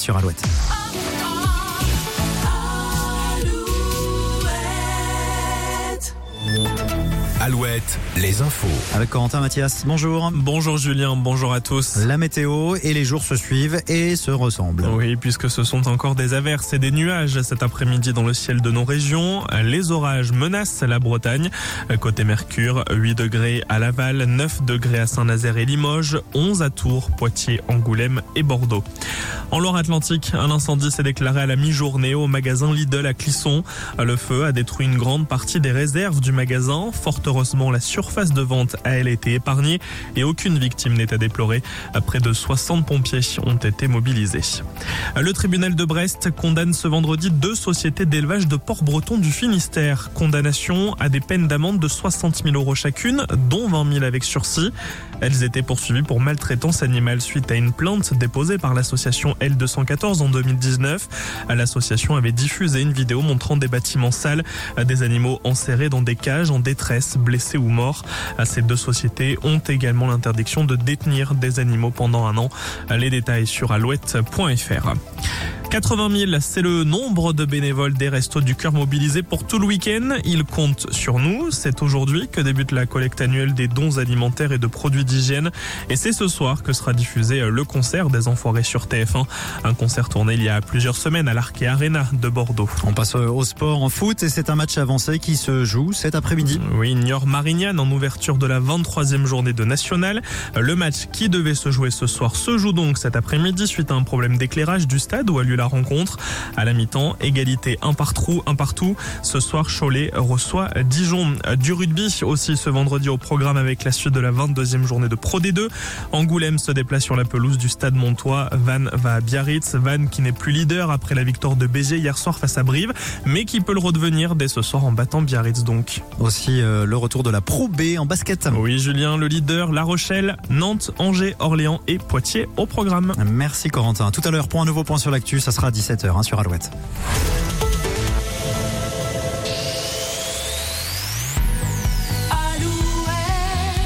sur Alouette. Alouette, les infos. Avec Corentin Mathias, bonjour. Bonjour Julien, bonjour à tous. La météo et les jours se suivent et se ressemblent. Oui, puisque ce sont encore des averses et des nuages cet après-midi dans le ciel de nos régions. Les orages menacent la Bretagne. Côté Mercure, 8 degrés à Laval, 9 degrés à Saint-Nazaire et Limoges, 11 à Tours, Poitiers, Angoulême et Bordeaux. En Loire-Atlantique, un incendie s'est déclaré à la mi-journée au magasin Lidl à Clisson. Le feu a détruit une grande partie des réserves du magasin. Fort heureusement, la surface de vente a elle été épargnée et aucune victime n'est à déplorer. Près de 60 pompiers ont été mobilisés. Le tribunal de Brest condamne ce vendredi 2 sociétés d'élevage de porcs bretons du Finistère. Condamnation à des peines d'amende de 60 000 € chacune, dont 20 000 avec sursis. Elles étaient poursuivies pour maltraitance animale suite à une plainte déposée par l'association L214 en 2019. L'association avait diffusé une vidéo montrant des bâtiments sales, des animaux enserrés dans des cages en détresse, blessés ou morts. Ces 2 sociétés ont également l'interdiction de détenir des animaux pendant 1 an. Les détails sur alouette.fr. 80 000, c'est le nombre de bénévoles des Restos du Cœur mobilisés pour tout le week-end. Ils comptent sur nous. C'est aujourd'hui que débute la collecte annuelle des dons alimentaires et de produits d'hygiène. Et c'est ce soir que sera diffusé le concert des Enfoirés sur TF1. Un concert tourné il y a plusieurs semaines à l'Arkea Arena de Bordeaux. On passe au sport en foot et c'est un match avancé qui se joue cet après-midi. Oui, Niort-Marignane en ouverture de la 23e journée de National. Le match qui devait se jouer ce soir se joue donc cet après-midi suite à un problème d'éclairage du stade où a lieu la rencontre. À la mi-temps, égalité un partout. Ce soir, Cholet reçoit Dijon. Du rugby aussi ce vendredi au programme avec la suite de la 22e journée de Pro D2. Angoulême se déplace sur la pelouse du stade Montois. Vannes va à Biarritz. Vannes qui n'est plus leader après la victoire de Béziers hier soir face à Brive, mais qui peut le redevenir dès ce soir en battant Biarritz donc. Aussi le retour de la Pro B en basket. Oui Julien, le leader, La Rochelle, Nantes, Angers, Orléans et Poitiers au programme. Merci Corentin. Tout à l'heure pour un nouveau point sur l'actu, ça sera à 17h sur Alouette.